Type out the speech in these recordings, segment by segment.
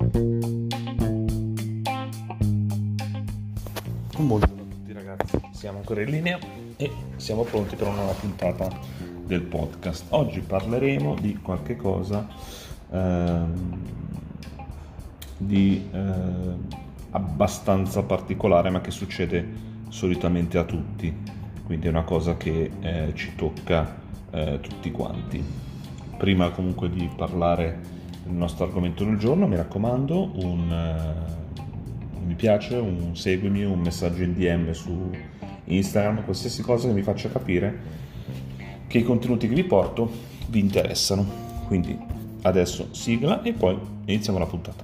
Buongiorno a tutti ragazzi, siamo ancora in linea e siamo pronti per una nuova puntata del podcast. Oggi parleremo di qualche cosa di abbastanza particolare, ma che succede solitamente a tutti, quindi è una cosa che ci tocca tutti quanti. Prima comunque di parlare del nostro argomento del giorno, mi raccomando, mi piace, un seguimi, un messaggio in DM su Instagram, qualsiasi cosa che mi faccia capire che i contenuti che vi porto vi interessano. Quindi adesso sigla e poi iniziamo la puntata.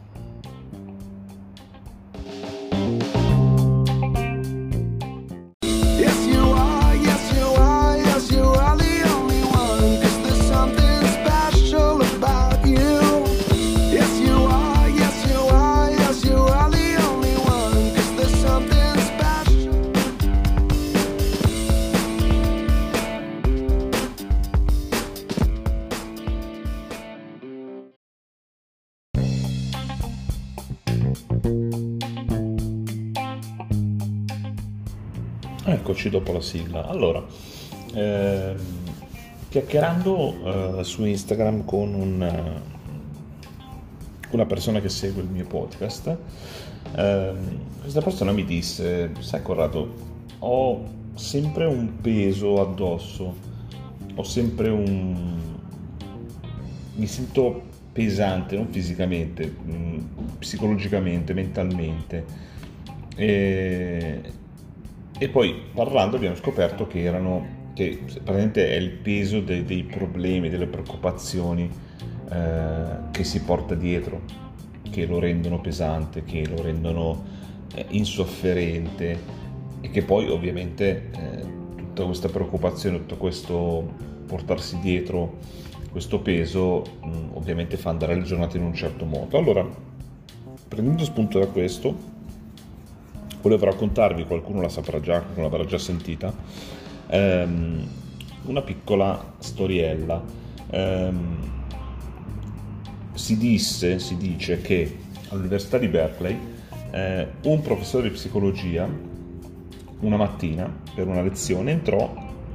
Eccoci dopo la sigla. Allora, chiacchierando su Instagram con una persona che segue il mio podcast, questa persona mi disse: sai Corrado, ho sempre un peso addosso, mi sento pesante, non fisicamente, psicologicamente, mentalmente. E poi parlando abbiamo scoperto che praticamente è il peso dei problemi, delle preoccupazioni che si porta dietro, che lo rendono pesante, che lo rendono insofferente, e che poi ovviamente tutta questa preoccupazione, tutto questo portarsi dietro questo peso ovviamente fa andare le giornate in un certo modo. Allora, prendendo spunto da questo, volevo raccontarvi, qualcuno la saprà già, qualcuno l'avrà già sentita, una piccola storiella. Si dice che all'Università di Berkeley un professore di psicologia una mattina per una lezione entrò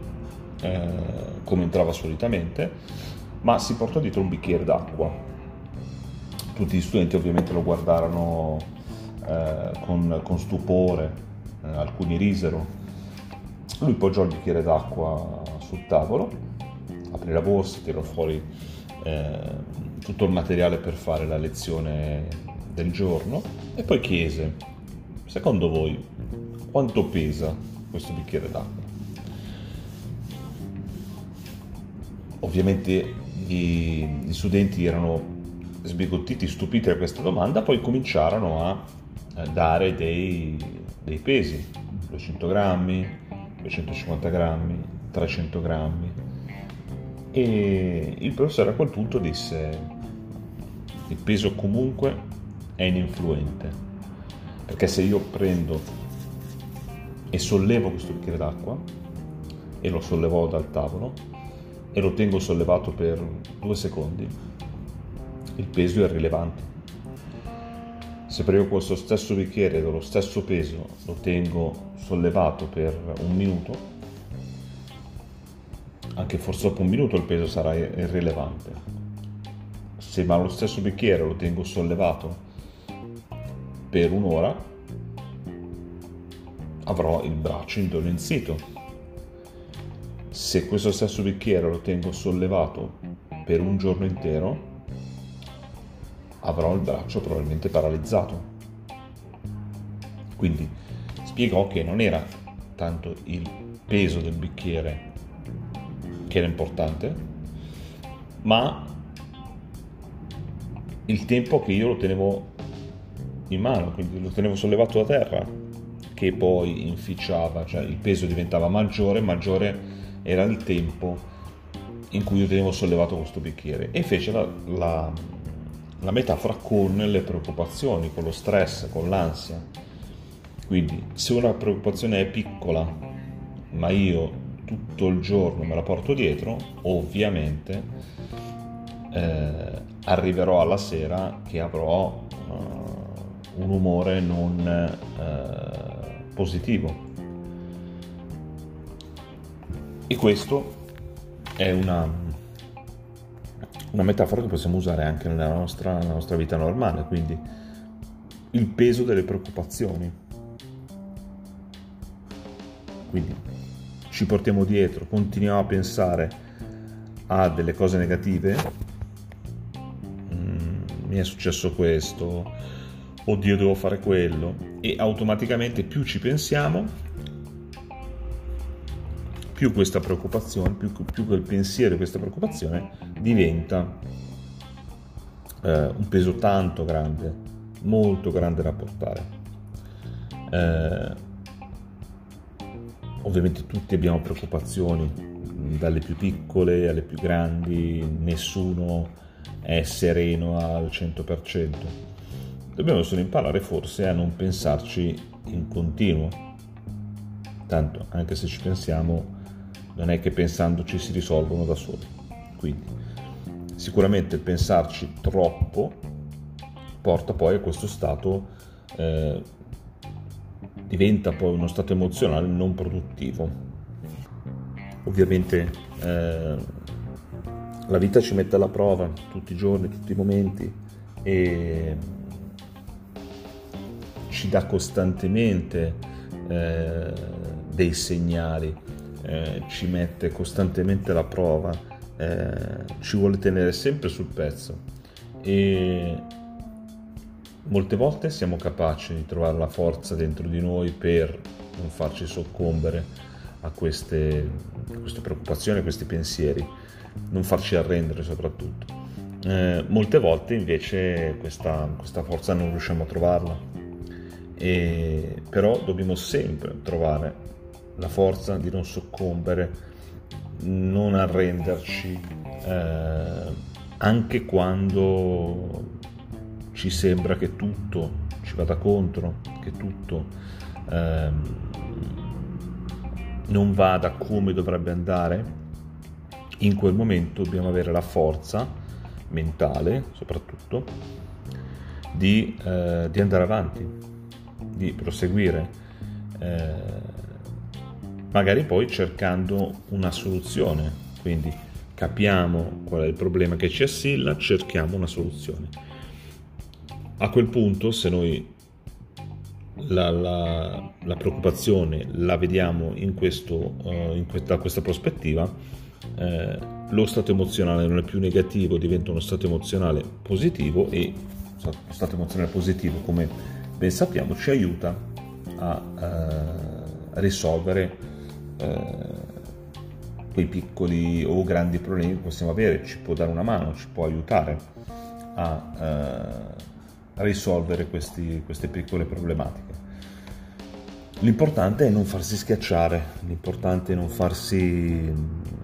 come entrava solitamente, ma si portò dietro un bicchiere d'acqua. Tutti gli studenti ovviamente lo guardarono con stupore, alcuni risero. Lui poggiò il bicchiere d'acqua sul tavolo, aprì la borsa, tirò fuori tutto il materiale per fare la lezione del giorno e poi chiese: secondo voi quanto pesa questo bicchiere d'acqua? Ovviamente gli studenti erano sbigottiti, stupiti da questa domanda, poi cominciarono a dare dei pesi: 200 grammi, 250 grammi, 300 grammi. E il professore a quel punto disse: il peso comunque è ininfluente, perché se io prendo e sollevo questo bicchiere d'acqua, e lo sollevò dal tavolo e lo tengo sollevato per 2 secondi, il peso è irrilevante. Se prendo questo stesso bicchiere dello stesso peso, lo tengo sollevato per 1 minuto, anche forse dopo 1 minuto il peso sarà irrilevante. Se ma lo stesso bicchiere lo tengo sollevato per 1 ora, avrò il braccio indolenzito. Se questo stesso bicchiere lo tengo sollevato per 1 giorno intero, avrò il braccio probabilmente paralizzato. Quindi spiegò che non era tanto il peso del bicchiere che era importante, ma il tempo che io lo tenevo in mano, quindi lo tenevo sollevato da terra, che poi inficiava, cioè il peso diventava maggiore era il tempo in cui io tenevo sollevato questo bicchiere. E fece la metafora con le preoccupazioni, con lo stress, con l'ansia. Quindi se una preoccupazione è piccola, ma io tutto il giorno me la porto dietro, ovviamente arriverò alla sera che avrò un umore non positivo. E questo è una metafora che possiamo usare anche nella nostra vita normale, quindi il peso delle preoccupazioni. Quindi ci portiamo dietro, continuiamo a pensare a delle cose negative. Mi è successo questo, oddio devo fare quello, e automaticamente più ci pensiamo, più questa preoccupazione, più quel pensiero e questa preoccupazione diventa un peso tanto grande, molto grande da portare. Ovviamente tutti abbiamo preoccupazioni, dalle più piccole alle più grandi, nessuno è sereno al 100%. Dobbiamo solo imparare forse a non pensarci in continuo. Tanto, anche se ci pensiamo, non è che pensandoci si risolvono da soli. Quindi, sicuramente il pensarci troppo porta poi a questo stato, diventa poi uno stato emozionale non produttivo. Ovviamente la vita ci mette alla prova tutti i giorni, tutti i momenti, e ci dà costantemente dei segnali, ci mette costantemente alla prova, ci vuole tenere sempre sul pezzo, e molte volte siamo capaci di trovare la forza dentro di noi per non farci soccombere a queste preoccupazioni, a questi pensieri, non farci arrendere soprattutto. Molte volte invece questa forza non riusciamo a trovarla, però dobbiamo sempre trovare la forza di non soccombere, non arrenderci, anche quando ci sembra che tutto ci vada contro, che tutto non vada come dovrebbe andare. In quel momento dobbiamo avere la forza mentale, soprattutto, di andare avanti, di proseguire, magari poi cercando una soluzione. Quindi capiamo qual è il problema che ci assilla, cerchiamo una soluzione. A quel punto, se noi la preoccupazione la vediamo da questa prospettiva, lo stato emozionale non è più negativo, diventa uno stato emozionale positivo, e lo stato emozionale positivo, come ben sappiamo, ci aiuta a risolvere quei piccoli o grandi problemi che possiamo avere, ci può dare una mano, ci può aiutare a risolvere queste piccole problematiche. L'importante è non farsi schiacciare, l'importante è non farci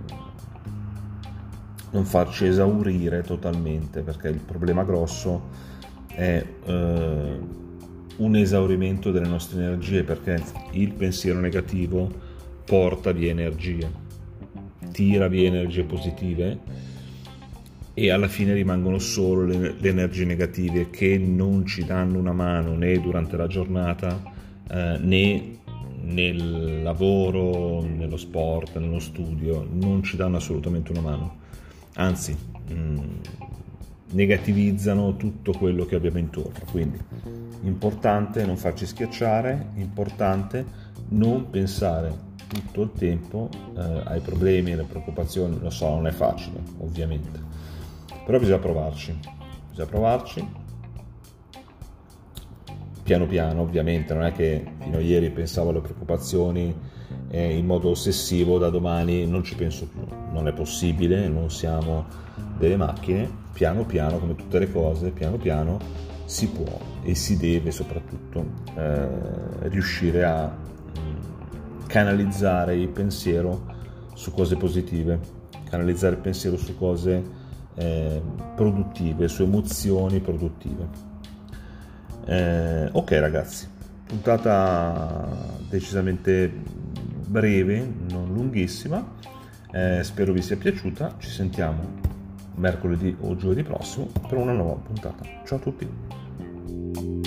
esaurire totalmente, perché il problema grosso è un esaurimento delle nostre energie, perché il pensiero negativo porta via energie, tira via energie positive, e alla fine rimangono solo le energie negative, che non ci danno una mano né durante la giornata, né nel lavoro, nello sport, nello studio, non ci danno assolutamente una mano, anzi negativizzano tutto quello che abbiamo intorno. Quindi importante non farci schiacciare, importante non pensare tutto il tempo ai problemi, alle preoccupazioni. Lo so, non è facile ovviamente, però bisogna provarci piano piano. Ovviamente non è che fino a ieri pensavo alle preoccupazioni in modo ossessivo, da domani non ci penso più, non è possibile, non siamo delle macchine. Piano piano, come tutte le cose, piano piano si può e si deve soprattutto riuscire a canalizzare il pensiero su cose positive, canalizzare il pensiero su cose produttive, su emozioni produttive. Ok ragazzi, puntata decisamente breve, non lunghissima, spero vi sia piaciuta. Ci sentiamo mercoledì o giovedì prossimo per una nuova puntata. Ciao a tutti.